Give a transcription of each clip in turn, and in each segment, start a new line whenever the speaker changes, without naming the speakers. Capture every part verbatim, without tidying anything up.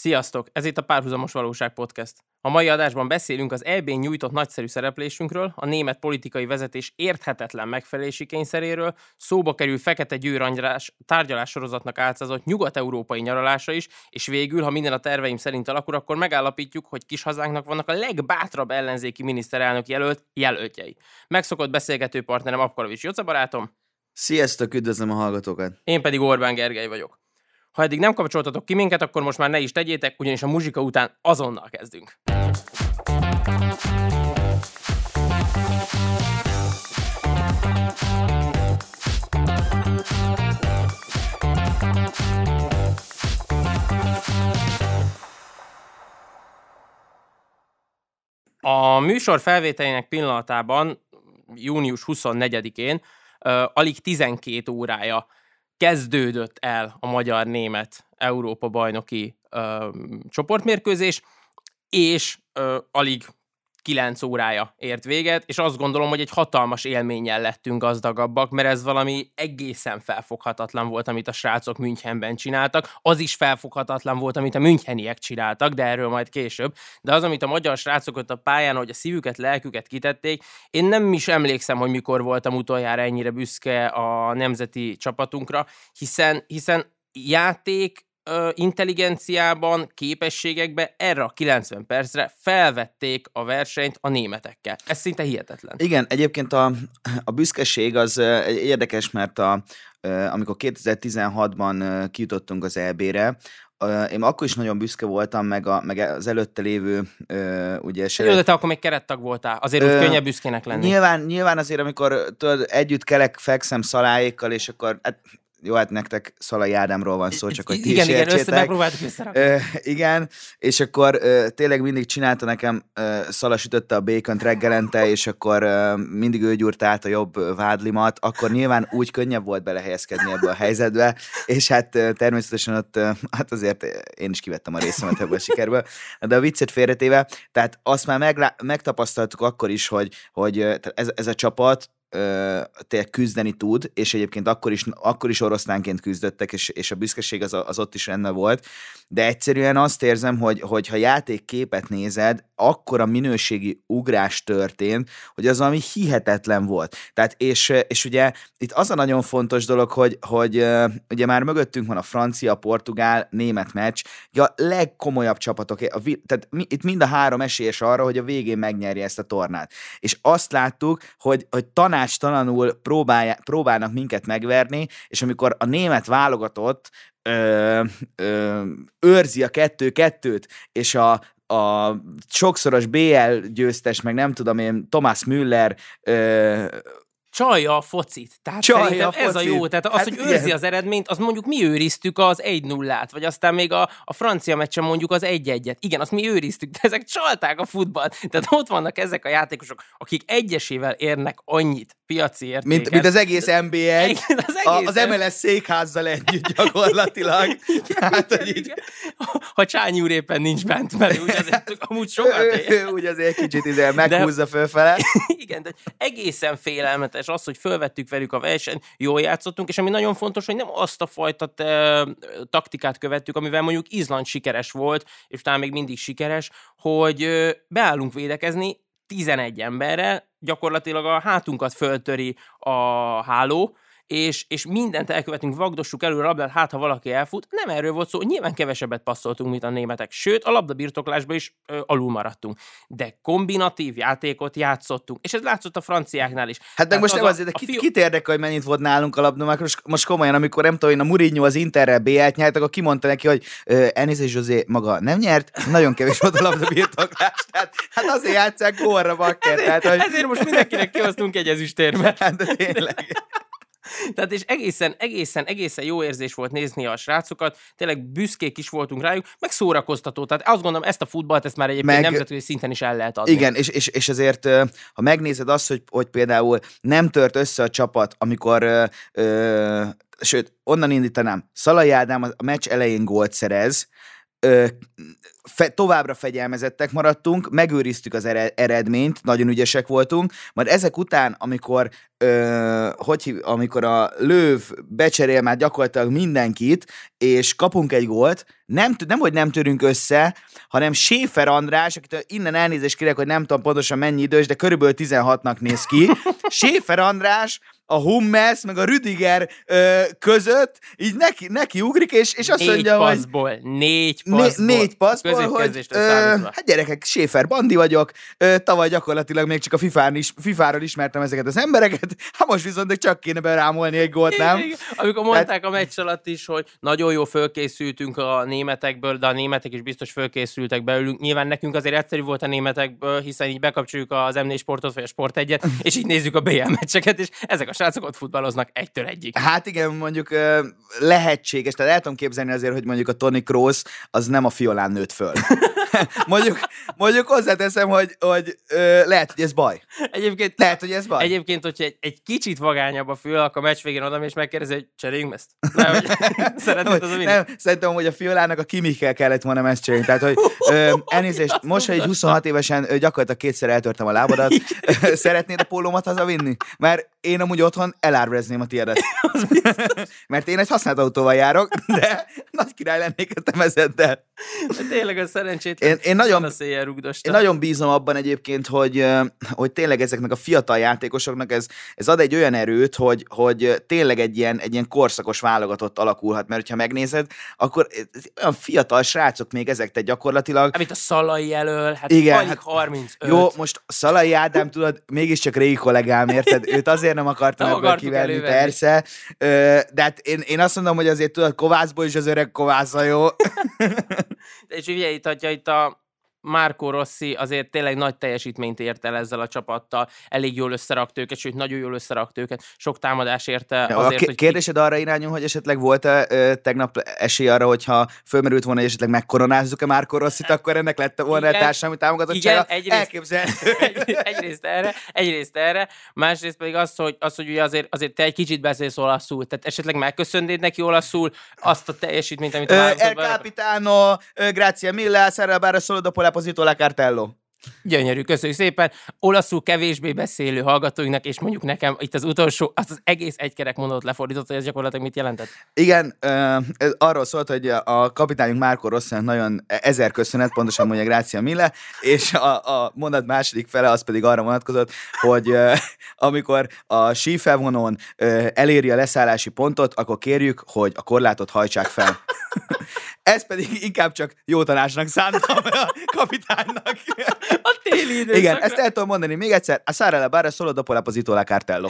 Sziasztok! Ez itt a Párhuzamos Valóság Podcast. A mai adásban beszélünk az é bén nyújtott nagyszerű szereplésünkről, a német politikai vezetés érthetetlen megfelelési kényszeréről, szóba kerül Fekete Győr-András tárgyalássorozatnak álcázott nyugat-európai nyaralása is, és végül, ha minden a terveim szerint alakul, akkor megállapítjuk, hogy kis hazánknak vannak a legbátrabb ellenzéki miniszterelnök jelölt jelöltjei. Megszokott beszélgető partnerem Apkalovics Jóca barátom.
Sziasztok, üdvözlöm a hallgatókat!
Én pedig Orbán Gergely vagyok. Ha eddig nem kapcsoltatok ki minket, akkor most már ne is tegyétek, ugyanis a muzsika után azonnal kezdünk. A műsor felvételének pillanatában, június huszonnegyedikén, uh, alig tizenkét órája kezdődött el a magyar-német Európa-bajnoki ö, csoportmérkőzés, és ö, alig kilenc órája ért véget, és azt gondolom, hogy egy hatalmas élménnyel lettünk gazdagabbak, mert ez valami egészen felfoghatatlan volt, amit a srácok Münchenben csináltak. Az is felfoghatatlan volt, amit a müncheniek csináltak, de erről majd később. De az, amit a magyar srácok ott a pályán, hogy a szívüket, lelküket kitették, én nem is emlékszem, hogy mikor voltam utoljára ennyire büszke a nemzeti csapatunkra, hiszen, hiszen játék, intelligenciában, képességekben erre a kilencven percre felvették a versenyt a németekkel. Ez szinte hihetetlen.
Igen, egyébként a, a büszkeség az érdekes, mert a, amikor kétezer-tizenhatban kijutottunk az é bére, én akkor is nagyon büszke voltam, meg, a, meg az előtte lévő ugye...
Jó, de te akkor még kerettag voltál, azért úgy könnyebb büszkének lenni.
Nyilván, nyilván azért, amikor tudod, együtt kelek, fekszem Szaláékkal, és akkor... Hát, jó, hát nektek Szalai Ádámról van szó, csak hogy ti
igen,
is
igen,
értsétek.
össze megpróbáltuk összerakni.
Ö, igen, és akkor ö, tényleg mindig csinálta nekem, ö, Szala sütötte a békont reggelente, és akkor ö, mindig ő gyúrta át a jobb vádlimat, akkor nyilván úgy könnyebb volt belehelyezkedni ebbe a helyzetbe, és hát ö, természetesen ott, ö, hát azért én is kivettem a részemet ebből a sikerből, de a viccet félretéve, tehát azt már meglá- megtapasztaltuk akkor is, hogy, hogy ez, ez a csapat tényleg küzdeni tud, és egyébként akkor is, akkor is oroszlánként küzdöttek, és, és a büszkeség az, az ott is rendben volt, de egyszerűen azt érzem, hogy, hogy ha játékképet nézed, akkor a minőségi ugrás történt, hogy az valami hihetetlen volt. Tehát, és, és ugye itt az a nagyon fontos dolog, hogy, hogy ugye már mögöttünk van a francia, a portugál, német meccs, a legkomolyabb csapatok, a, tehát mi, itt mind a három esélyes arra, hogy a végén megnyerje ezt a tornát. És azt láttuk, hogy, hogy tanácstalanul próbálnak minket megverni, és amikor a német válogatott ö, ö, őrzi a kettő-kettőt, és a a sokszoros bé el győztes, meg nem tudom én, Thomas Müller ö,
csalja a focit. Tehát
csalja
szerintem
a focit.
Ez a jó. Tehát az, hát hogy őrzi igen. Az eredményt, az mondjuk mi őriztük az egy nullát, vagy aztán még a, a francia meccsen mondjuk az egy egyet. Igen, azt mi őriztük, de ezek csalták a futballt. Tehát ott vannak ezek a játékosok, akik egyesével érnek annyit piaci értéket.
Mint, mint az egész en bé egy,
az, egész
az em el es székházzal együtt gyakorlatilag. Tehát, hogy így...
Ha Csányi úr éppen nincs bent, mert úgy azért amúgy sokat ér.
Ő úgy azért kicsit ide meghúzza fölfele.
Igen, de egészen félelmetes az, hogy fölvettük velük a versenyt, jól játszottunk, és ami nagyon fontos, hogy nem azt a fajta te, taktikát követtük, amivel mondjuk Izland sikeres volt, és talán még mindig sikeres, hogy beállunk védekezni tizenegy emberrel, gyakorlatilag a hátunkat föltöri a háló, és, és mindent elkövetünk, vagdossuk előre a labdát, hát ha valaki elfut. Nem erről volt szó, nyilván kevesebbet passzoltunk, mint a németek, sőt, a labdabirtoklásban is ö, alul maradtunk. De kombinatív játékot játszottunk, és ez látszott a franciáknál is.
Hát meg most az nem azért, de kit, fiú... kit érdekel, hogy mennyit volt nálunk a labda, most, most komolyan, amikor nem tudom, a Mourinho az Interrel bé el-t nyert, akkor kimondta neki, hogy Elnézést Zsuzé maga nem nyert, nagyon kevés volt a labdabirtoklás, tehát hát azért játsszák gólra bakker.
Ezért,
tehát, hogy...
ezért most mindenkinek kihoztunk egy ezüstérbe.
Hát de tényleg.
Tehát és egészen, egészen, egészen jó érzés volt nézni a srácokat, tényleg büszkék is voltunk rájuk, meg szórakoztató. Tehát azt gondolom, ezt a futballt, ezt már egyébként meg... nemzetközi szinten is el lehet adni.
Igen, és, és, és azért, ha megnézed azt, hogy, hogy például nem tört össze a csapat, amikor, ö, ö, sőt, onnan indítanám, Szalai Ádám a meccs elején gólt szerez, ö, fe, továbbra fegyelmezettek maradtunk, megőriztük az eredményt, nagyon ügyesek voltunk, majd ezek után, amikor, ö, hogy hív, amikor a Löw becserél már gyakorlatilag mindenkit, és kapunk egy gólt, nem, nem, hogy nem törünk össze, hanem Schäfer András, akit innen elnézést kérek, hogy nem tudom pontosan mennyi idős, de körülbelül tizenhatnak néz ki. Schäfer András a Hummels, meg a Rüdiger ö, között, így neki, neki ugrik, és, és azt
négy
mondja,
passzból,
hogy...
Négy passzból.
Né, négy passzból, hogy ö, hát gyerekek, Schäfer Bandi vagyok, ö, tavaly gyakorlatilag még csak a fifán is, fifáról ismertem ezeket az embereket, hát most viszont csak kéne berámolni egy gólt, nem?
Igen, amikor mondták Tehát... a meccs alatt is, hogy nagyon jó fölkészültünk a németekből, de a németek is biztos fölkészültek belőlünk. Nyilván nekünk azért egyszerű volt a németekből, hiszen így bekapcsoljuk az em négy Sportot, vagy a Sport egyet, és így nézzük a bé el meccseket, és ezek a srácok ott futballoznak egytől egyik.
Hát igen, mondjuk lehetséges, tehát el tudom képzelni azért, hogy mondjuk a Toni Kroos az nem a Fiolán nőtt föl. mondjuk, mondjuk hozzáteszem, hogy, hogy ö, lehet, hogy ez baj.
Egyébként,
lehet, hogy ez baj.
Egyébként, hogyha egy, egy kicsit vagányabb a fül, akkor a meccs végén oda és megkérdezi, hogy cseréljünk ezt? Nem, hogy szeretnéd az a
nem, szerintem, hogy a Fiolának a Kimikkel kellett volna ezt cserélni. Tehát, hogy ö, elnézést, most, hogy huszonhat évesen ö, gyakorlatilag kétszer eltörtem a lábadat, szeretnéd a pólómat hazavinni? Mert én amúgy otthon elárvezném a tiédet. Mert én egy használt autóval járok, de nagy király lennék a temezettel.
Tényleg a szerencsétlen
én, én, nagyon,
én
nagyon bízom abban egyébként, hogy, hogy tényleg ezeknek a fiatal játékosoknak ez, ez ad egy olyan erőt, hogy, hogy tényleg egy ilyen, egy ilyen korszakos válogatott alakulhat, mert ha megnézed, akkor olyan fiatal srácok még ezek, te gyakorlatilag...
Hát itt a Szalai elől, hát
igen,
alig
hát,
harmincöt.
Jó, most Szalai Ádám, tudod, mégiscsak régi kollégám, érted? Őt azért nem akartam nem ebből kivenni, persze. De hát én, én azt mondom, hogy azért tudod, Kovászból is az öreg Kovásza jó.
És ugye itt, hogyha itt a Marco Rossi azért tényleg nagy teljesítményt ért el ezzel a csapattal, elég jól összerakt őket, sőt, nagyon jól összerakt őket, sok támadás érte
ja,
azért,
a
hogy...
Kérdésed arra irányul, hogy esetleg volt-e ö, tegnap esély arra, hogyha fölmerült volna, hogy esetleg megkoronázzuk-e Marco Rossit, akkor ennek lett volna egy társadalmi támogatottsága?
Igen, egyrészt,
elképzelhető.
Egy, egyrészt erre, egyrészt erre, másrészt pedig az, hogy, az, hogy ugye azért, azért te egy kicsit beszélsz olaszul, tehát esetleg megköszönnéd neki olaszul azt a teljesítményt, amit a
El capitano, grazie mille, sarà barra solo dopo la posito la cartello.
Gyönyörű, köszönjük szépen. Olaszul kevésbé beszélő hallgatóinknak, és mondjuk nekem itt az utolsó, azt az egész egykerek mondatot lefordított, hogy ez gyakorlatilag mit jelentett?
Igen, ez arról szólt, hogy a kapitányunk Marco Rossinak nagyon ezer köszönet, pontosan mondja Grácia Mille, és a, a mondat második fele az pedig arra vonatkozott, hogy amikor a sífelvonón eléri a leszállási pontot, akkor kérjük, hogy a korlátot hajtsák fel. Ez pedig inkább csak jó tanácsnak szántam a kapitánynak.
A téli időszakra.
Igen, ezt el tudom mondani még egyszer. A Sarà barra solo dopo la posito la cartello.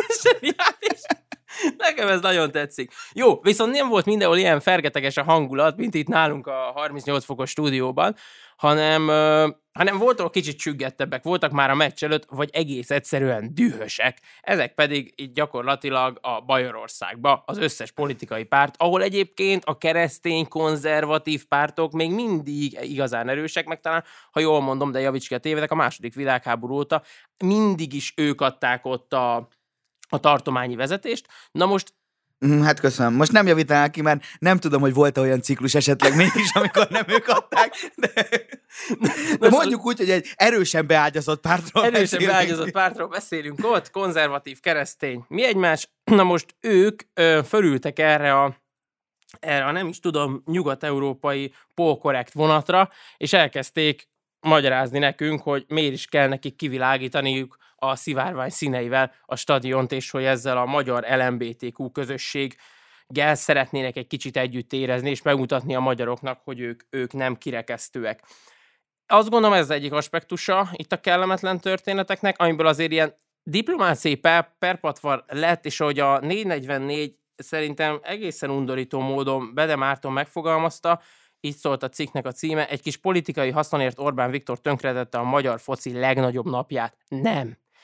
Nekem ez nagyon tetszik. Jó, viszont nem volt mindenhol ilyen fergeteges a hangulat, mint itt nálunk a harmincnyolc fokos stúdióban, hanem, uh, hanem voltak kicsit csüggettebbek, voltak már a meccs előtt, vagy egész egyszerűen dühösek. Ezek pedig itt gyakorlatilag a Bajorországba az összes politikai párt, ahol egyébként a keresztény, konzervatív pártok még mindig igazán erősek, meg talán, ha jól mondom, de javíts ki a tévedek, a második világháború óta mindig is ők adták ott a a tartományi vezetést. Na most...
Hát köszönöm. Most nem javítanál ki, mert nem tudom, hogy volt-e olyan ciklus esetleg mégis, amikor nem ők adták, de, de mondjuk úgy, hogy egy erősen beágyazott pártról
Erősen
beszélünk.
beágyazott pártról beszélünk ott, konzervatív, keresztény. Mi egymás? Na most ők ö, fölültek erre a erre a nem is tudom, nyugat-európai polkorrekt vonatra, és elkezdték magyarázni nekünk, hogy miért is kell nekik kivilágítaniuk a szivárvány színeivel a stadiont, és hogy ezzel a magyar el em bé té kú közösséggel szeretnének egy kicsit együtt érezni, és megmutatni a magyaroknak, hogy ők, ők nem kirekesztőek. Azt gondolom, ez az egyik aspektusa itt a kellemetlen történeteknek, amiből azért ilyen diplomáciai per, perpatvar lett, és ahogy a négy negyvennégy szerintem egészen undorító módon Bede Márton megfogalmazta, így szólt a cikknek a címe, egy kis politikai haszonért Orbán Viktor tönkretette a magyar foci legnagyobb napját. Nem.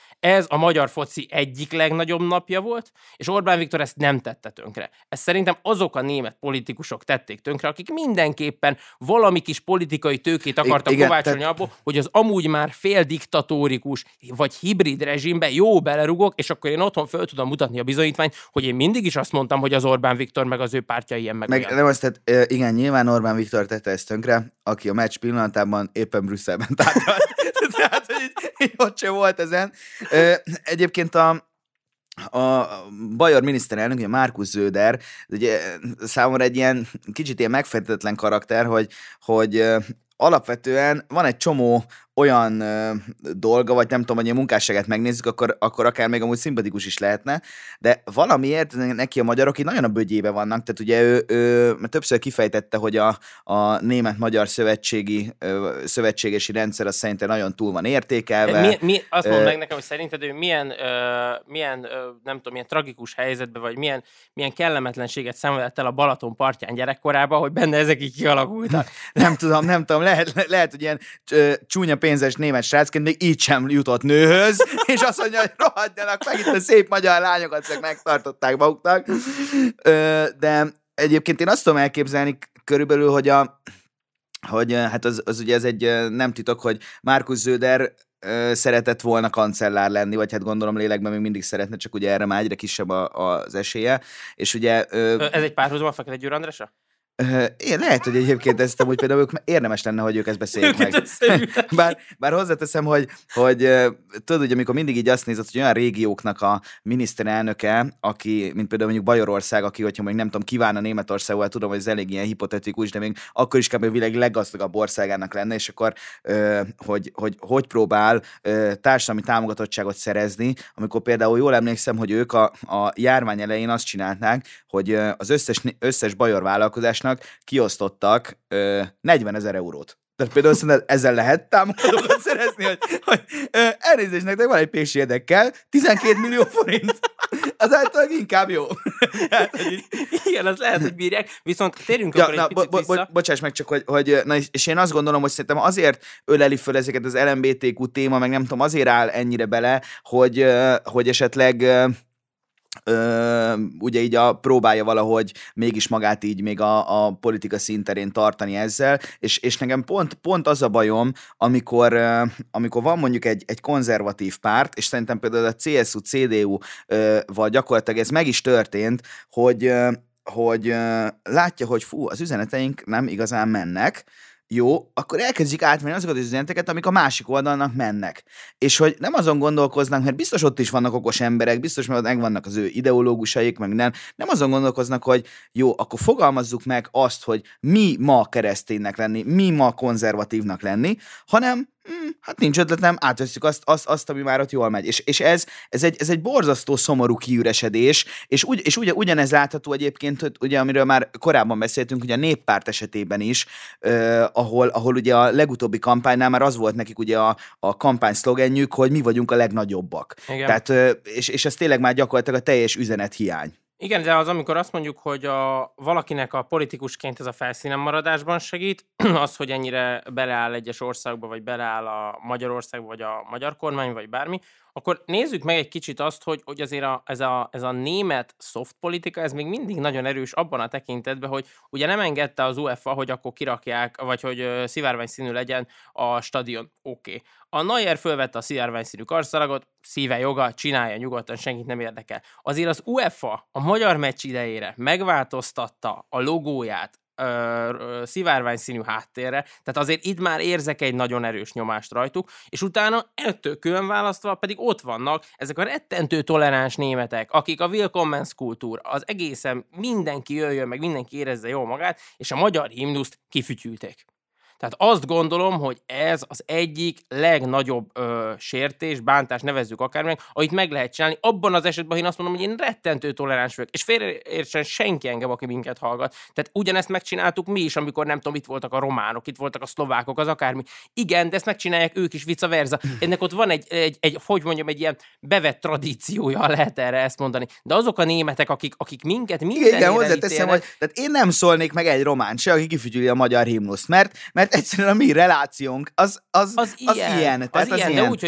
Ez a magyar foci egyik legnagyobb napja volt, és Orbán Viktor ezt nem tette tönkre. Ezt szerintem azok a német politikusok tették tönkre, akik mindenképpen valami kis politikai tőkét akartak
igen,
kovácsolni
tehát...
abból, hogy az amúgy már fél diktatórikus vagy hibrid rezsimbe jó belerugok, és akkor én otthon föl tudom mutatni a bizonyítványt, hogy én mindig is azt mondtam, hogy az Orbán Viktor meg az ő pártja ilyen meg, meg
nem azt, tehát, igen, nyilván Orbán Viktor tette ezt tönkre, aki a meccs pillanatában éppen Brüsszelben tárgyalt. Tehát, hogy így, így ott sem volt ezen. Egyébként a A bajor miniszterelnök, ugye Markus Söder, ugye számomra egy ilyen kicsit ilyen megfejtetlen karakter, hogy, hogy alapvetően van egy csomó olyan ö, dolga, vagy nem tudom, hogy a munkásságát megnézzük, akkor, akkor akár még amúgy szimpatikus is lehetne, de valamiért neki a magyarok így nagyon a bögyébe vannak, tehát ugye ő, ő mert többször kifejtette, hogy a, a német-magyar szövetségi ö, szövetségesi rendszer az szerintem nagyon túl van értékelve.
Mi, mi, azt mondd meg nekem, hogy szerinted ő milyen, ö, milyen ö, nem tudom, milyen tragikus helyzetben, vagy milyen, milyen kellemetlenséget szenvedett el a Balaton partján gyerekkorában, hogy benne ezek így kialakultak.
Nem tudom, nem tudom, lehet, le, lehet hogy ilyen ö, csúnya pénzes német srácként még így sem jutott nőhöz, és azt mondja, hogy rohadjanak meg, itt a szép magyar lányokat csak megtartották maguknak. De egyébként én azt tudom elképzelni körülbelül, hogy, a, hogy hát az, az ugye ez egy nem titok, hogy Markus Söder szeretett volna kancellár lenni, vagy hát gondolom lélekben még mindig szeretne, csak ugye erre már egyre kisebb a, az esélye. És ugye...
Ez egy párhuzam a Fekete Győr Andrásra?
Én lehet, hogy egyébként ezt amúgy például ők érdemes lenne, hogy ők ezt beszéljék meg. Bár, bár hozzáteszem, hogy, hogy tudod, hogy amikor mindig így azt nézed, hogy olyan régióknak a miniszterelnöke, aki, mint például mondjuk Bajorország, aki, hogyha mondjuk nem tudom, kívánna Németországból, tudom, hogy ez elég ilyen hipotetikus, de még akkor is kb. A világ leggazdagabb országának lenne, és akkor hogy hogy, hogy próbál társadalmi támogatottságot szerezni, amikor például jól emlékszem, hogy ők a, a járvány elején azt csinálták, hogy az összes, összes bajor vállalkozásnak kiosztottak ö, negyvenezer eurót. Tehát például azt ezzel lehet támogatókat szerezni, hogy, hogy ö, elnézést nektek van egy pénzsi érdekkel, tizenkét millió forint. Az általában inkább jó.
Hát, hogy... Igen, az lehet, hogy bírják, viszont térjünk ja, akkor na, egy picit bo- bo-
vissza. Bocsáss meg csak, hogy, hogy na, és én azt gondolom, hogy szerintem azért öleli föl ezeket az el em bé té kú téma, meg nem tudom, azért áll ennyire bele, hogy, hogy esetleg Ö, ugye így a, próbálja valahogy mégis magát így még a, a politika színterén tartani ezzel, és, és nekem pont, pont az a bajom, amikor, ö, amikor van mondjuk egy, egy konzervatív párt, és szerintem például a cé es u, cé dé u ö, vagy gyakorlatilag ez meg is történt, hogy, ö, hogy ö, látja, hogy fú, az üzeneteink nem igazán mennek, jó, akkor elkezdjük átvenni azokat az üzeneteket, amik a másik oldalnak mennek. És hogy nem azon gondolkoznak, mert biztos ott is vannak okos emberek, biztos mert megvannak az ő ideológusaik, meg nem. Nem azon gondolkoznak, hogy jó, akkor fogalmazzuk meg azt, hogy mi ma kereszténynek lenni, mi ma konzervatívnak lenni, hanem Hmm, hát nincs ötletem, átveszük azt, azt, azt, ami már ott jól megy. És, és ez, ez, egy, ez egy borzasztó szomorú kiüresedés, és, ugy, és ugye, ugyanez látható egyébként, hogy ugye, amiről már korábban beszéltünk, ugye a Néppárt esetében is, eh, ahol, ahol ugye a legutóbbi kampánynál már az volt nekik ugye a, a kampány szlogenjük, hogy mi vagyunk a legnagyobbak. Igen. Tehát, eh, és, és ez tényleg már gyakorlatilag a teljes üzenet hiány.
Igen, de az, amikor azt mondjuk, hogy a, valakinek a politikusként ez a felszínen maradásban segít, az, hogy ennyire beleáll egyes országba, vagy beleáll a Magyarországba, vagy a magyar kormány, vagy bármi, akkor nézzük meg egy kicsit azt, hogy, hogy azért a, ez, a, ez a német soft politika, ez még mindig nagyon erős abban a tekintetben, hogy ugye nem engedte az u ef á, hogy akkor kirakják, vagy hogy uh, szivárványszínű legyen a stadion. Oké. Okay. A Neuer fölvette a szivárványszínű karszalagot, szíve joga, csinálja nyugodtan, senkit nem érdekel. Azért az u ef á a magyar meccs idejére megváltoztatta a logóját, szivárványszínű háttérre, tehát azért itt már érzek egy nagyon erős nyomást rajtuk, és utána ettől külön választva pedig ott vannak ezek a rettentő toleráns németek, akik a Willkommenskultúr, az egészen mindenki jöjjön, meg mindenki érezze jól magát, és a magyar himnuszt kifütyülték. Tehát azt gondolom, hogy ez az egyik legnagyobb ö, sértés, bántás, nevezzük akármilyen, amit meg lehet csinálni. Abban az esetben, hogy én azt mondom, hogy én rettentő toleráns vagyok, és félreértsen senki engem, aki minket hallgat. Tehát ugyanezt megcsináltuk mi is, amikor nem tudom, itt voltak a románok, itt voltak a szlovákok, az akármi. Igen, de ezt megcsinálják ők is, vice versa. Ennek ott van egy, egy, egy hogy mondjam, egy ilyen bevett tradíciója, lehet erre ezt mondani. De azok a németek, akik, akik minket mindenére
igen, hozzáteszem, hogy tehát én nem szólnék meg egy román se, aki kifütyüli a magyar himnuszt, mert, mert egyszerűen a mi relációnk az, az, az, az ilyen.
Az, az ilyen, ilyen, de úgy, hogy ők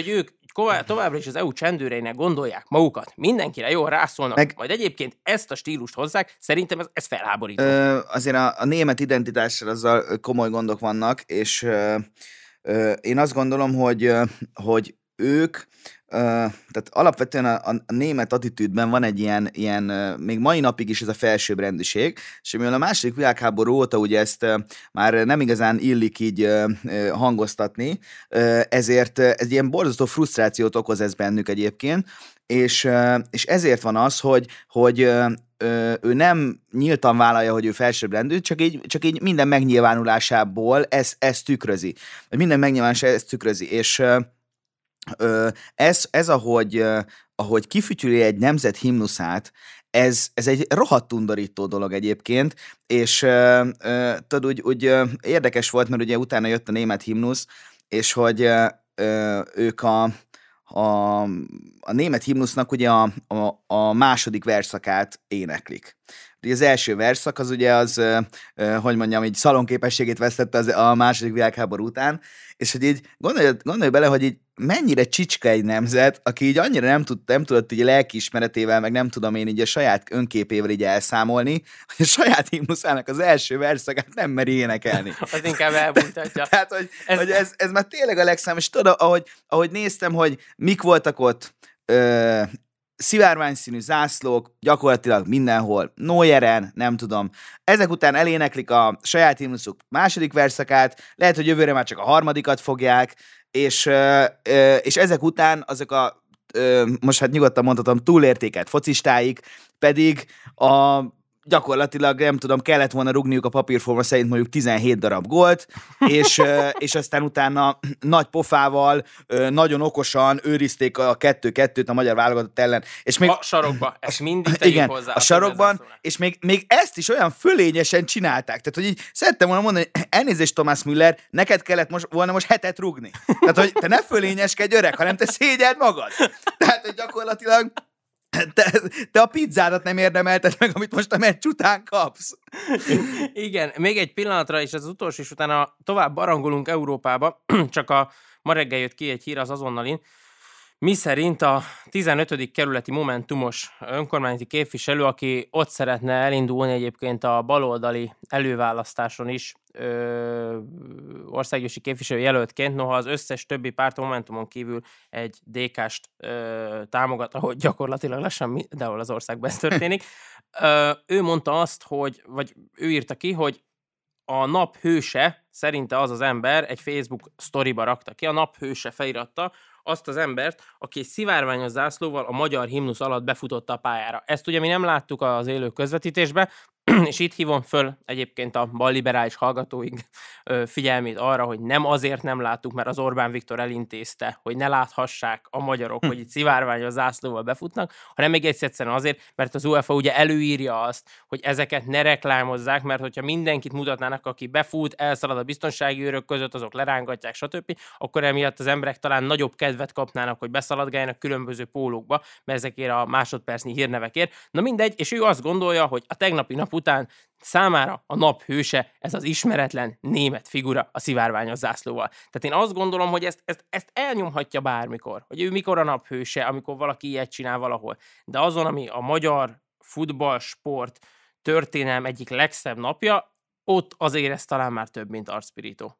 hogy továbbra is az é u csendőreinek gondolják magukat, mindenkire jól rászólnak, meg, majd egyébként ezt a stílust hozzák, szerintem ez, ez felháborító.
Ö, azért a, a német identitással azzal komoly gondok vannak, és ö, ö, én azt gondolom, hogy, ö, hogy ők, ö, tehát alapvetően a, a német attitűdben van egy ilyen, ilyen ö, még mai napig is ez a felsőbbrendűség, és mivel a második világháború óta ugye ezt ö, már nem igazán illik így ö, ö, hangoztatni, ö, ezért ö, ez ilyen borzasztó frusztrációt okoz ez bennük egyébként, és, ö, és ezért van az, hogy, hogy ö, ő nem nyíltan vállalja, hogy ő felsőbbrendű, csak így, csak így minden megnyilvánulásából ez, ez tükrözi. Minden megnyilvánulásából ez tükrözi, és ez, ez ahogy, ahogy kifütyüli egy nemzet himnuszát, ez, ez egy rohadt undorító dolog egyébként, és tudod, úgy, úgy érdekes volt, mert ugye utána jött a német himnusz, és hogy ők a A, a német himnusznak ugye a, a, a második verszakát éneklik. Ugye az első verszak az ugye az, hogy mondjam, így szalonképességét vesztette az, a második világháború után, és hogy így gondolj, gondolj bele, hogy így mennyire csicska egy nemzet, aki így annyira nem, tud, nem tudott így a lelkiismeretével, meg nem tudom én így a saját önképével így elszámolni, hogy a saját himnuszának az első verszakát nem meri énekelni.
Az inkább elbújtatja.
Tehát, hogy, ez... hogy ez, ez már tényleg a legszám, és tudod, ahogy, ahogy néztem, hogy mik voltak ott, ö, szivárványszínű zászlók, gyakorlatilag mindenhol, Neueren, nem tudom. Ezek után eléneklik a saját himnuszuk második verszakát, lehet, hogy jövőre már csak a harmadikat fogják, és, és ezek után azok a, most hát nyugodtan mondhatom, túlértékelt focistáik pedig a gyakorlatilag, nem tudom, kellett volna rugniuk a papírforma szerint mondjuk tizenhét darab gólt, és, és aztán utána nagy pofával, nagyon okosan őrizték a kettő-kettőt a magyar válogatott ellen. És még,
a sarokba, ezt mindig tegyük
igen,
hozzá.
a sarokban, és még, még ezt is olyan fölényesen csinálták. Tehát, hogy így szerettem volna mondani, hogy elnézést, Thomas Müller, neked kellett most, volna most hetet rugni. Tehát, hogy te ne fölényeskedj öreg, hanem te szégyeld magad. Tehát, hogy gyakorlatilag Te, te a pizzádat nem érdemelted meg, amit most a meccs után kapsz.
Igen, még egy pillanatra, és ez az utolsó, és utána tovább barangolunk Európába, csak a ma reggel jött ki egy hír az azonnalin, mi szerint a tizenötödik kerületi Momentumos önkormányzati képviselő, aki ott szeretne elindulni egyébként a baloldali előválasztáson is ö, országgyűlési képviselő jelöltként, noha az összes többi párt a Momentumon kívül egy dé ká-st ö, támogat, ahogy gyakorlatilag lassan mindenhol az országban ez történik. Ö, ő mondta azt, hogy, vagy ő írta ki, hogy a nap hőse, szerinte az az ember, egy Facebook sztoriba rakta ki, a nap hőse feliratta azt az embert, aki egy szivárványos zászlóval a magyar himnusz alatt befutotta a pályára. Ezt ugye mi nem láttuk az élő közvetítésben, és itt hívom föl egyébként a balliberális hallgatóink figyelmét arra, hogy nem azért nem láttuk, mert az Orbán Viktor elintézte, hogy ne láthassák a magyarok, hogy itt szivárványos zászlóval befutnak, hanem még egyszerűen azért, mert az UEFA ugye előírja azt, hogy ezeket ne reklámozzák, mert hogyha mindenkit mutatnának, aki befut, elszalad a biztonsági őrök között, azok lerángatják, stb., akkor emiatt az emberek talán nagyobb kedvet kapnának, hogy beszaladgáljanak különböző pólókba, mert ezekért a másodpercnyi hírnevekért. Na mindegy, és ő azt gondolja, hogy a tegnapi nap után számára a nap hőse ez az ismeretlen német figura a szivárványos zászlóval. Tehát én azt gondolom, hogy ezt, ezt, ezt elnyomhatja bármikor, hogy ő mikor a nap hőse, amikor valaki ilyet csinál valahol. De azon, ami a magyar futball, sport, történelem egyik legszebb napja, ott azért ez talán már több, mint arcpirító.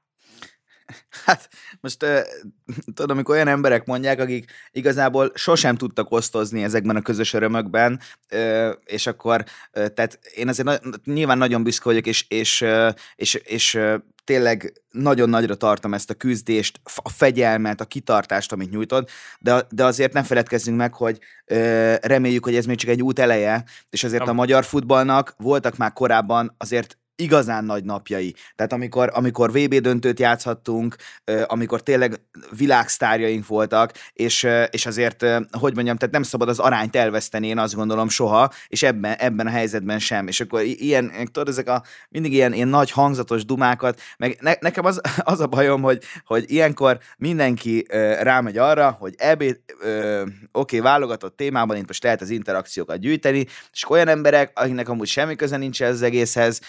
Hát most uh, tudod, amikor olyan emberek mondják, akik igazából sosem tudtak osztozni ezekben a közös örömökben, uh, és akkor, uh, tehát én azért na- nyilván nagyon büszke vagyok, és, és, uh, és, és uh, tényleg nagyon nagyra tartom ezt a küzdést, a fegyelmet, a kitartást, amit nyújtod, de, de azért ne feledkezzünk meg, hogy uh, reméljük, hogy ez még csak egy út eleje, és azért a magyar futballnak voltak már korábban azért igazán nagy napjai. Tehát amikor, amikor vé bé döntőt játszhattunk, amikor tényleg világsztárjaink voltak, és, és azért, hogy mondjam, tehát nem szabad az arányt elveszteni, én azt gondolom soha, és ebben, ebben a helyzetben sem. És akkor ilyen, tudod, ezek a mindig ilyen, ilyen nagy hangzatos dumákat, meg ne, nekem az, az a bajom, hogy, hogy ilyenkor mindenki rámegy arra, hogy é bé, oké, okay, válogatott témában itt most lehet az interakciókat gyűjteni, és olyan emberek, akiknek amúgy semmi köze nincs az egészhez,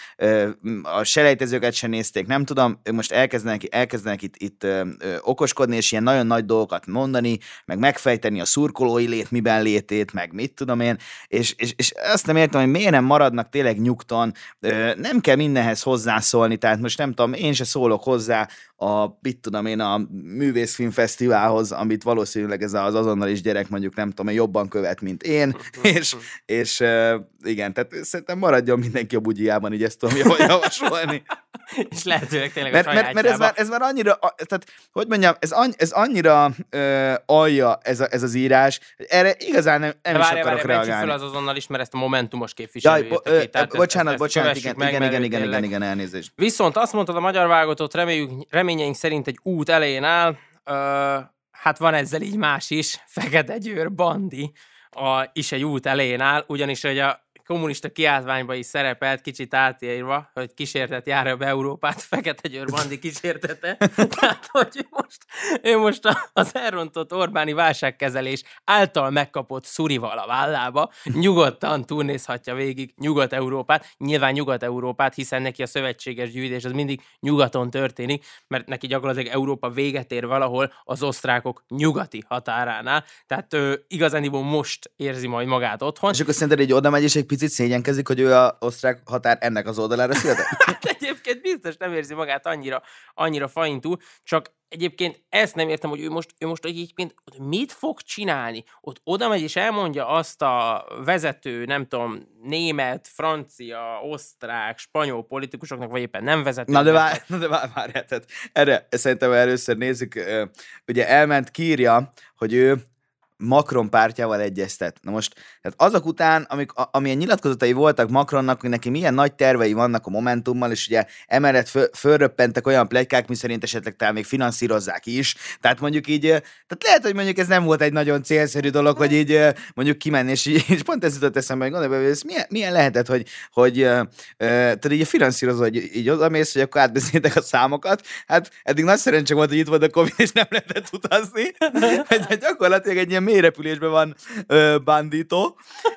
a selejtezőket sem nézték, nem tudom, ők most elkezdenek, elkezdenek itt, itt ö, ö, okoskodni, és ilyen nagyon nagy dolgokat mondani, meg megfejteni a szurkolói lét, miben létét, meg mit tudom én, és, és, és azt nem értem, hogy miért nem maradnak tényleg nyugton, ö, nem kell mindenhez hozzászólni, tehát most nem tudom, én se szólok hozzá a, mit tudom én, a művészfilmfesztiválhoz, amit valószínűleg ez az azonnalis gyerek mondjuk nem tudom, jobban követ, mint én, és, és uh, igen, tehát szerintem maradjon mindenki a bugyjában, így ezt tudom javasolni.
És lehetőleg tényleg
mert,
a
mert, mert ez, már, ez már annyira, tehát hogy mondjam, ez, annyi, ez annyira uh, alja ez, a, ez az írás, hogy erre igazán nem, nem is akarok
várja,
reagálni.
Fel az azonnal is, mert ezt a momentumos képviselő
ja, bo- ö, bocsánat, bocsánat, igen, meg, igen, igen, igen, igen, igen, elnézést.
Viszont azt mondtad, a magyar válogatott reméljük, reményeink szerint egy út elején áll, uh, hát van ezzel így más is, Fekete Győr Bandi a, is egy út elején áll, ugyanis hogy a kommunista kiáltványban is szerepelt, kicsit átírva, hogy kísértet járja be Európát, Fekete Győr Bandi kísértete. Tehát, hogy ő most, ő most az elrontott Orbáni válságkezelés által megkapott szurival a vállába nyugodtan turnézhatja végig Nyugat-Európát, nyilván Nyugat-Európát, hiszen neki a szövetséges gyűjtés az mindig nyugaton történik, mert neki gyakorlatilag Európa véget ér valahol az osztrákok nyugati határánál. Tehát ő igazániból most érzi majd magát otthon.
És akkor szerinted egy oda megy, és egy picit szégyenkezik, hogy ő az osztrák határ ennek az oldalára született?
Hát egyébként biztos nem érzi magát annyira, annyira faintú, csak egyébként ezt nem értem, hogy ő most, ő most egyébként mit fog csinálni? Ott oda megy és elmondja azt a vezető, nem tudom, német, francia, osztrák, spanyol politikusoknak, vagy éppen nem vezető.
Na de várj, na de várj, várj, tehát erre szerintem először nézzük, ugye elment, kírja, hogy ő Macron pártjával egyeztet. Na most, tehát azok után, amik, amilyen nyilatkozatai voltak Macronnak, hogy neki milyen nagy tervei vannak a Momentummal, és ugye emellett föl, fölröppentek olyan pletykák, miszerint esetleg talán még finanszírozzák is. Tehát mondjuk így, tehát lehet, hogy mondjuk ez nem volt egy nagyon célszerű dolog, hogy így mondjuk kimenni, és, így, és pont ez jutott eszembe, hogy gondolom, hogy ez milyen, milyen lehetett, hogy, hogy tehát így a finanszírozó, hogy így odamész, hogy akkor átbeszéltek a számokat. Hát eddig nagy szerencse volt, hogy itt volt a Covid, és nem lehetett utazni. Hogy gyakorlatilag egy ilyen mélyrepülésben van ö, bandító,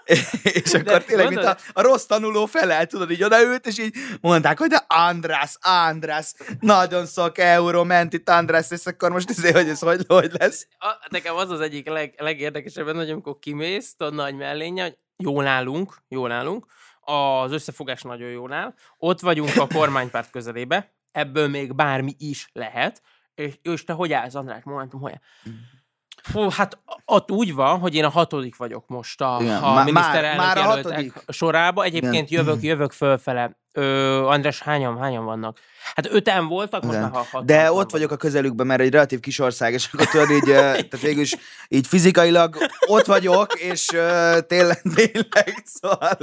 és akkor de, tényleg, mint a, a rossz tanuló felel, tudod, így odaült, és így mondták, hogy de András, András, nagyon sok euró ment itt András, és akkor most izé, hogy ez hogy, hogy lesz.
A, nekem az az egyik leg, legérdekesebb, hogy amikor kimész, a nagy mellénye, hogy jól állunk, jól állunk, az összefogás nagyon jól áll, ott vagyunk a kormánypárt közelébe, ebből még bármi is lehet, és, és te hogy állsz, András, Momentum, hogy áll? Fú, hát ott úgy van, hogy én a hatodik vagyok most a,
igen,
a
má,
miniszterelnök
már, már
jelöltek sorába. Egyébként igen. jövök, jövök fölfele. Ö, András, hányan, hányan vannak? Hát öten voltak, most igen. már ha
de ott van. Vagyok a közelükben, mert egy relatív kis ország, és akkor tudod így, tehát végül is így fizikailag ott vagyok, és uh, tényleg, tényleg, szóval...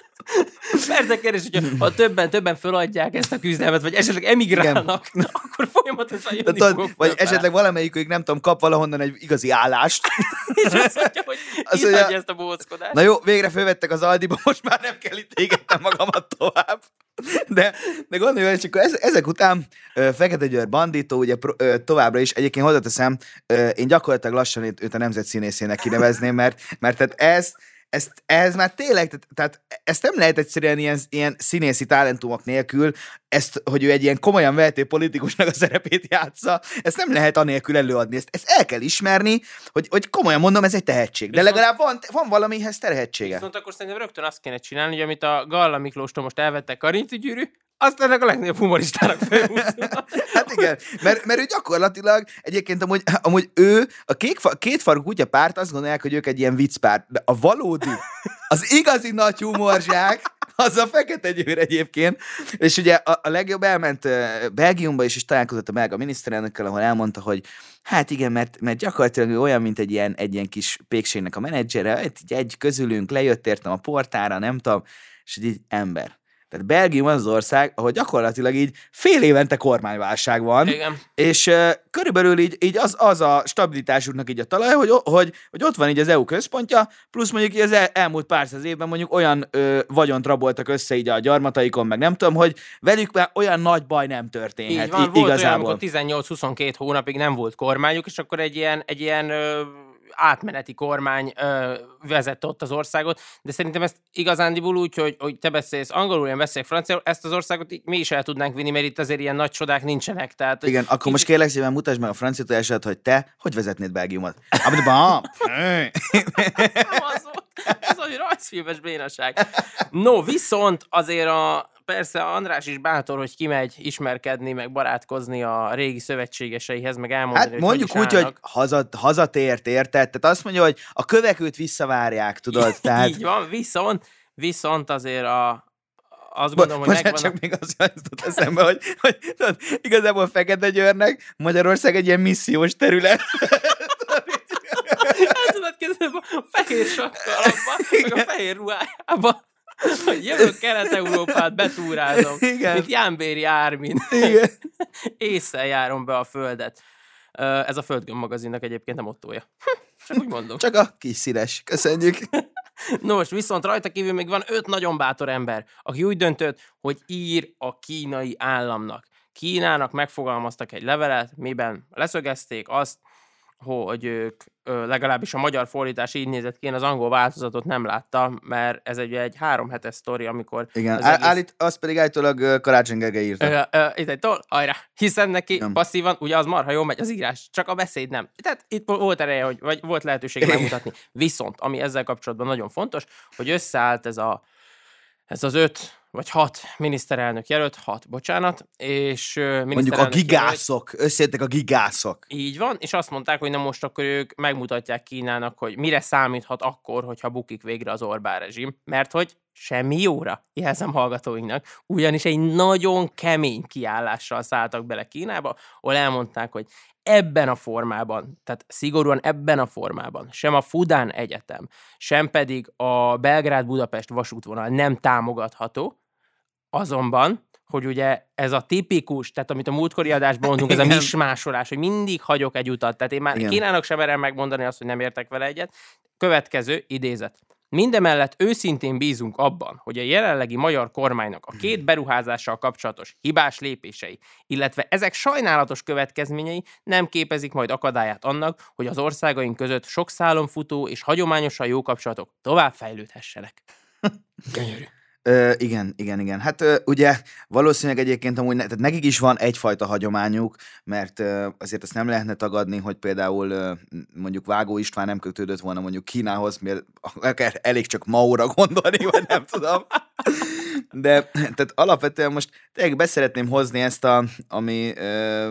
Persze kérdés, hogyha ha többen, többen föladják ezt a küzdelmet, vagy esetleg emigrálnak, igen. akkor folyamatosan jönni
tudod,
fogok
vagy fölfele. Esetleg valamelyikük, nem tudom, kap valahonnan egy igazi állást.
És azt mondja, hogy itt hagyja ezt a bóckodást.
Na jó, végre fölvettek az Aldiba, most már nem kell itt égetnem magamat tovább. De, de gondolj, hogy csak ezek után ö, Fekete Győr Bandító, ugye ö, továbbra is, egyébként hozzáteszem, ö, én gyakorlatilag lassan őt a nemzetszínészének kinevezném, mert, mert tehát ez, ez, ez már tényleg, tehát, tehát ezt nem lehet egyszerűen ilyen, ilyen színészi talentumok nélkül, ezt, hogy ő egy ilyen komolyan vehető politikusnak a szerepét játsza, ezt nem lehet anélkül előadni, ezt, ezt el kell ismerni, hogy, hogy komolyan mondom, ez egy tehetség, de viszont, legalább van, van valamihez tehetsége.
Viszont akkor szerintem rögtön azt kéne csinálni, hogy amit a Galla Miklóstól most elvettek Karinti Gyűrű, azt ennek a legnagyobb humoristának felhúzni.
Hát igen, mert, mert ő gyakorlatilag, egyébként amúgy, amúgy ő, a kék, kétfarkú kutya párt azt gondolják, hogy ők egy ilyen viccpárt, de a valódi, az igazi nagy humorzsák, az a Fekete Győr egyébként, és ugye a, a legjobb elment Belgiumba is, és találkozott a belga miniszterelnökkel, ahol elmondta, hogy hát igen, mert, mert gyakorlatilag ő olyan, mint egy ilyen, egy ilyen kis pékségnek a menedzsere, egy, egy közülünk lejött értem a portára, nem tudom, és így ember. Tehát Belgium az az ország, ahol gyakorlatilag így fél évente kormányválság van,
igen.
és uh, körülbelül így, így az, az a stabilitásuknak így a talaj, hogy, hogy, hogy ott van így az é u központja, plusz mondjuk így az el, elmúlt pár száz évben mondjuk olyan ö, vagyont raboltak össze így a gyarmataikon, meg nem tudom, hogy velük már olyan nagy baj nem történhet.
Így van,
I-
volt igazából olyan, amikor tizennyolc-huszonkettő hónapig nem volt kormányuk, és akkor egy ilyen, egy ilyen ö, átmeneti kormány ö, vezette ott az országot, de szerintem ezt igazándiból úgy, hogy, hogy te beszélsz angolul, én beszélek franciául, ezt az országot mi is el tudnánk vinni, mert itt azért ilyen nagy csodák nincsenek. Tehát,
igen, akkor most kérlek szépen mutasd meg a francia tudását, hogy te hogy vezetnéd Belgiumot?
Ez egy rajzfilmes bénaság. No, viszont azért a persze András is bátor, hogy kimegy ismerkedni, meg barátkozni a régi szövetségeseihez, meg elmondani,
hát mondjuk
hogy
úgy, hogy haza, hazatért, érted? Tehát azt mondja, hogy a kövek őt visszavárják, tudod? Tehát...
Így van, viszont, viszont azért a azt gondolom, hogy
megvan csak a... még az jutott eszembe, hogy, hogy tudod, igazából Fekete-Győrnek Magyarország egy ilyen missziós terület.
El tudod képzelni a fehér sakkalapban, meg a fehér ruhájában, hogy jövök Kelet-Európát, betúrázom, igen. Mint Jánbéri Ármin. Igen. Ésszel járom be a földet. Ez a Földgömb magazinnak egyébként a mottója. Csak úgy mondom.
Csak a kis színes. Köszönjük.
Nos, viszont rajta kívül még van öt nagyon bátor ember, aki úgy döntött, hogy ír a kínai államnak. Kínának megfogalmaztak egy levelet, miben leszögezték azt, hogy ők legalábbis a magyar fordítás így nézett ki, én az angol változatot nem láttam, mert ez egy, egy három hetes sztori, amikor...
Igen, az, egész... állít, az pedig állítólag Karácsony Gergely írta.
Itt egy tol, ajra, hiszen neki nem. Passzívan, ugye az marha jól megy az írás, csak a beszéd nem. Tehát itt volt ereje, hogy, vagy volt lehetőség megmutatni. Viszont, ami ezzel kapcsolatban nagyon fontos, hogy összeállt ez, a, ez az öt vagy hat miniszterelnök jelölt, hat, bocsánat, és
mondjuk a gigászok, jelölt, összejöttek a gigászok.
Így van, és azt mondták, hogy na most akkor ők megmutatják Kínának, hogy mire számíthat akkor, hogyha bukik végre az Orbán rezsim, mert hogy semmi jóra, jelzem hallgatóinknak, ugyanis egy nagyon kemény kiállással szálltak bele Kínába, ahol elmondták, hogy ebben a formában, tehát szigorúan ebben a formában, sem a Fudán Egyetem, sem pedig a Belgrád-Budapest vasútvonal nem támogatható, azonban, hogy ugye ez a tipikus, tehát amit a múltkori adásban mondtunk, ez a mismásolás, hogy mindig hagyok egy utat, tehát én már igen. Kínának sem merem megmondani azt, hogy nem értek vele egyet. Következő idézet. Mindemellett őszintén bízunk abban, hogy a jelenlegi magyar kormánynak a két beruházással kapcsolatos hibás lépései, illetve ezek sajnálatos következményei nem képezik majd akadályát annak, hogy az országaink között sok szálon futó és hagyományosan jó kapcsolatok tovább fejlődhessenek. Gyönyörű.
Ö, igen, igen, igen. Hát ö, ugye valószínűleg egyébként amúgy, ne, tehát nekik is van egyfajta hagyományuk, mert ö, azért ezt nem lehetne tagadni, hogy például ö, mondjuk Vágó István nem kötődött volna mondjuk Kínához, mert akár elég csak Maóra gondolni, vagy nem tudom. De tehát alapvetően most tényleg beszeretném hozni ezt, a, ami... Ö,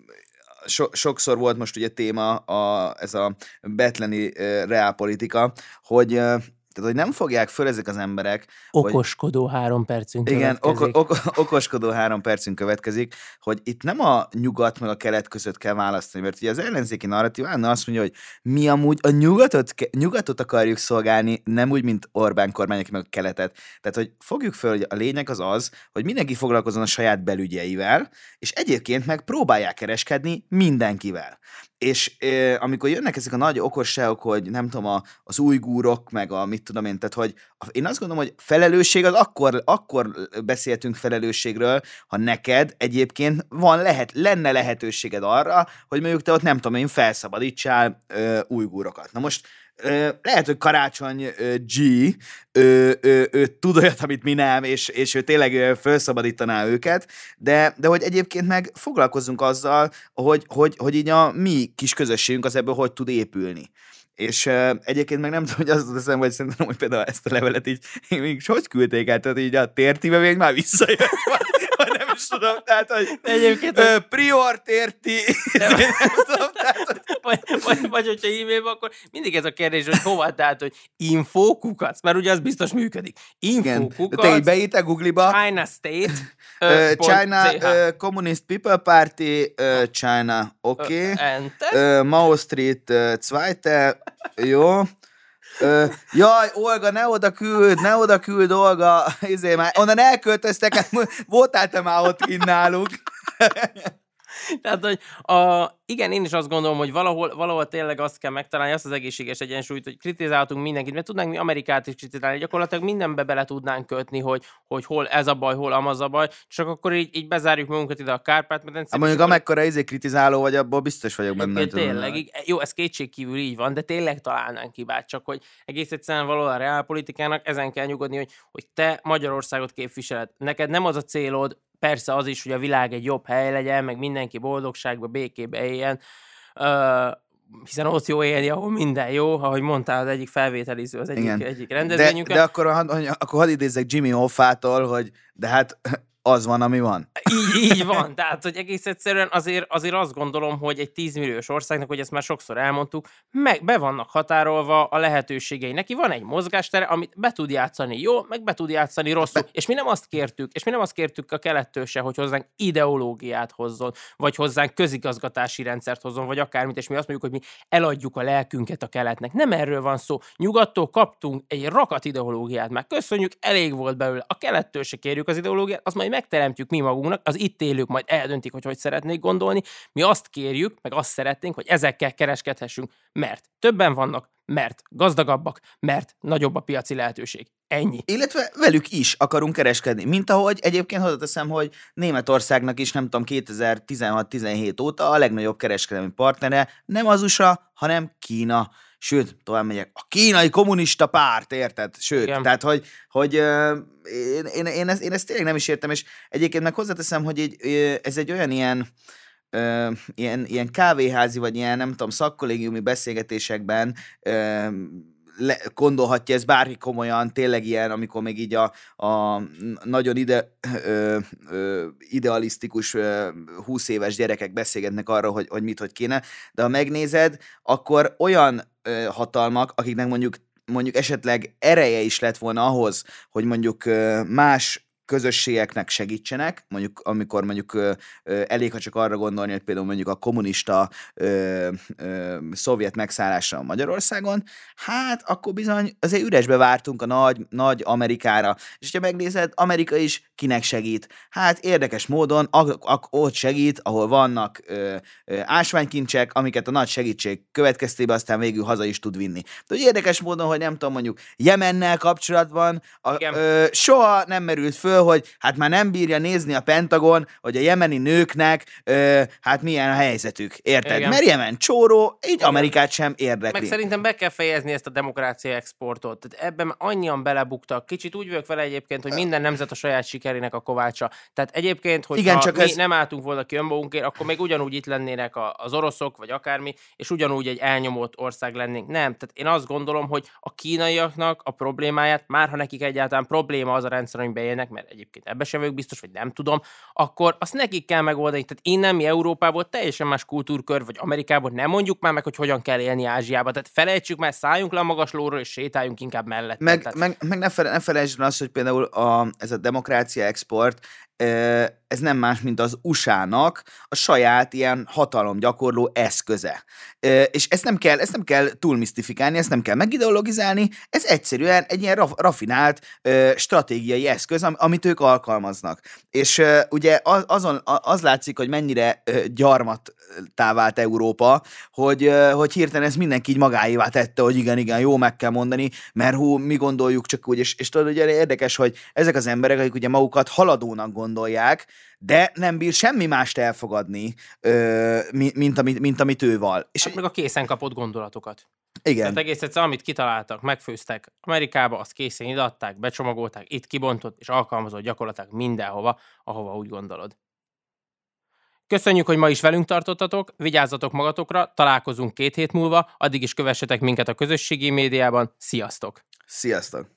So, sokszor volt most ugye téma a, ez a betleni uh, reálpolitika, hogy uh, tehát, hogy nem fogják föl ezek az emberek...
Okoskodó hogy, három percünk
igen,
következik.
Oko, oko, okoskodó három percünk következik, hogy itt nem a nyugat meg a kelet között kell választani, mert ugye az ellenzéki narratív állna azt mondja, hogy mi amúgy a nyugatot, nyugatot akarjuk szolgálni, nem úgy, mint Orbán kormány, aki meg a keletet. Tehát, hogy fogjuk föl, hogy a lényeg az az, hogy mindenki foglalkozzon a saját belügyeivel, és egyébként meg próbálják kereskedni mindenkivel. És eh, amikor jönnek ezek a nagy okosságok, hogy nem tudom, a, az ujgúrok, meg a mit tudom én, tehát hogy én azt gondolom, hogy felelősség az akkor, akkor beszéltünk felelősségről, ha neked egyébként van lehet, lenne lehetőséged arra, hogy mondjuk te ott nem tudom én felszabadítsál uh, ujgúrokat. Na most uh, lehet, hogy Karácsony uh, G ő, ő, ő tud olyat, amit mi nem, és, és ő tényleg uh, felszabadítaná őket, de, de hogy egyébként meg foglalkozzunk azzal, hogy, hogy, hogy így a mi kis közösségünk az ebből hogy tud épülni. És uh, egyébként meg nem tudom, hogy azt teszem, hogy szerintem, hogy például ezt a levelet így, így hogy küldték el, tehát így a tértibe még már visszajött, vagy, vagy nem is tudom, tehát, hogy
egyébként
uh, prior térti, nem tudom, tehát,
vagy, vagy, vagy hogyha e-mailben, akkor mindig ez a kérdés, hogy hova, tehát, hogy infókukac, mert ugye az biztos működik. Infókukac.
Te így beírtál Google-ba.
China State.
Uh, China uh, Communist People Party, uh, China, oké. Okay. Uh, Mao Street, uh, Zweite, jó. Uh, jaj, Olga, ne oda küld, ne oda küld, Olga, izé már, onnan elköltöztek, voltál te már ott kint náluk.
Tehát, hogy a, igen, én is azt gondolom, hogy valahol, valahol tényleg azt kell megtalálni, azt az egészséges egyensúlyt, hogy kritizáltunk mindenkit, mert tudnánk mi Amerikát is kritizálni, gyakorlatilag mindenbe bele tudnánk kötni, hogy, hogy hol ez a baj, hol amaz a baj, csak akkor így, így bezárjuk magunkat ide a Kárpát-medencébe.
Hát mondjuk amekkora izé kritizáló vagy, abból biztos vagyok benne.
Tényleg, így, jó, ez kétségkívül így van, de tényleg találnánk hibát, csak hogy egész egyszerűen valahol a reálpolitikának ezen kell nyugodni, hogy, hogy te Magyarországot képviseled. Neked nem az a célod, persze az is, hogy a világ egy jobb hely legyen, meg mindenki boldogságba, békébe éljen, uh, hiszen ott jó élni, ahol minden jó, ahogy mondtál, az egyik felvételiző, az egyik, egyik rendezvényünket.
De, de akkor, akkor hadd idézzek Jimmy Hoffától, hogy de hát az van, ami van.
Így, így van. Tehát, hogy egész egyszerűen azért, azért azt gondolom, hogy egy tízmilliós országnak, hogy ezt már sokszor elmondtuk, meg be vannak határolva a lehetőségei. Neki van egy mozgástere, amit be tud játszani jó, meg be tud játszani rosszul. Be... És mi nem azt kértük, és mi nem azt kértük a kelettől se, hogy hozzánk ideológiát hozzon, vagy hozzánk közigazgatási rendszert hozzon, vagy akármit, és mi azt mondjuk, hogy mi eladjuk a lelkünket a keletnek. Nem erről van szó. Nyugattól kaptunk egy rakat ideológiát, már köszönjük, elég volt belőle. A kelettől se kérjük az ideológiát, azt majd megteremtjük mi magunknak, az itt élők majd eldöntik, hogy hogy szeretnék gondolni. Mi azt kérjük, meg azt szeretnénk, hogy ezekkel kereskedhessünk, mert többen vannak, mert gazdagabbak, mert nagyobb a piaci lehetőség. Ennyi.
Illetve velük is akarunk kereskedni. Mint ahogy egyébként hozzáteszem, hogy Németországnak is, nem tudom, kétezer-tizenhat-tizenhét óta a legnagyobb kereskedelmi partnere nem az u es á, hanem Kína. Sőt, tovább megyek, a kínai kommunista párt, érted? Sőt, igen. Tehát, hogy, hogy uh, én, én, én, ezt, én ezt tényleg nem is értem, és egyébként meg hozzáteszem, hogy így, ez egy olyan ilyen, uh, ilyen, ilyen kávéházi, vagy ilyen, nem tudom, szakkollégiumi beszélgetésekben uh, le, gondolhatja ez bárki komolyan, tényleg ilyen, amikor még így a, a nagyon ide, ö, ö, idealisztikus ö, húsz éves gyerekek beszélgetnek arra, hogy, hogy mit, hogy kéne, de ha megnézed, akkor olyan ö, hatalmak, akiknek mondjuk, mondjuk esetleg ereje is lett volna ahhoz, hogy mondjuk ö, más közösségeknek segítsenek, mondjuk amikor mondjuk ö, ö, elég, ha csak arra gondolni, hogy például mondjuk a kommunista ö, ö, szovjet megszállásra Magyarországon, hát akkor bizony azért üresbe vártunk a nagy, nagy Amerikára. És ha megnézed, Amerika is kinek segít? Hát érdekes módon ak- ak- ott segít, ahol vannak ö, ö, ásványkincsek, amiket a nagy segítség következtében aztán végül haza is tud vinni. De hogy érdekes módon, hogy nem tudom, mondjuk Jemennel kapcsolatban a, ö, soha nem merült föl, hogy hát már nem bírja nézni a Pentagon, hogy a jemeni nőknek ö, hát milyen a helyzetük, érted? Igen. Mert Jemen csóró, így igen. Amerikát sem érdekli.
Meg szerintem be kell fejezni ezt a demokrácia exportot. Tehát ebben annyian belebuktak. Kicsit úgy vagyok vele egyébként, hogy minden nemzet a saját sikerének a kovácsa. Tehát egyébként, hogy igen, csak mi ez... nem álltunk volna ki önmagunkért, akkor még ugyanúgy itt lennének az oroszok, vagy akármi, és ugyanúgy egy elnyomott ország lennénk. Nem. Tehát én azt gondolom, hogy a kínaiaknak a problémáját, már ha nekik egyáltalán probléma az a rendszer, amiben élnek, mert egyébként ebbe sem vagyok biztos, vagy nem tudom, akkor azt nekik kell megoldani. Tehát innen mi Európából teljesen más kultúrkör, vagy Amerikából nem mondjuk már meg, hogy hogyan kell élni Ázsiába. Tehát felejtsük már, szálljunk le a magas lóról, és sétáljunk inkább mellett.
Meg,
tehát...
meg, meg ne, fele, ne felejtsd azt, hogy például a, ez a demokrácia export, ez nem más, mint az u es á-nak a saját ilyen hatalomgyakorló eszköze. És ezt nem kell, ezt nem kell túlmisztifikálni, ezt nem kell megideologizálni, ez egyszerűen egy ilyen rafinált stratégiai eszköz, amit ők alkalmaznak. És ugye az, azon, az látszik, hogy mennyire gyarmattá vált Európa, hogy, hogy hirtelen ezt mindenki így magáévá tette, hogy igen, igen, jó, meg kell mondani, mert hú, mi gondoljuk csak úgy, és, és tudod, ugye érdekes, hogy ezek az emberek, akik ugye magukat haladónak gondolják, de nem bír semmi mást elfogadni, ö, mint, amit, mint amit ő val. És
hát meg a készen kapott gondolatokat.
Igen.
Tehát egész egyszerűen, amit kitaláltak, megfőztek Amerikába, azt készen ideadták, becsomagolták, itt kibontott, és alkalmazott gyakorlatilag mindenhova, ahova úgy gondolod. Köszönjük, hogy ma is velünk tartottatok, vigyázzatok magatokra, találkozunk két hét múlva, addig is kövessetek minket a közösségi médiában, sziasztok!
Sziasztok!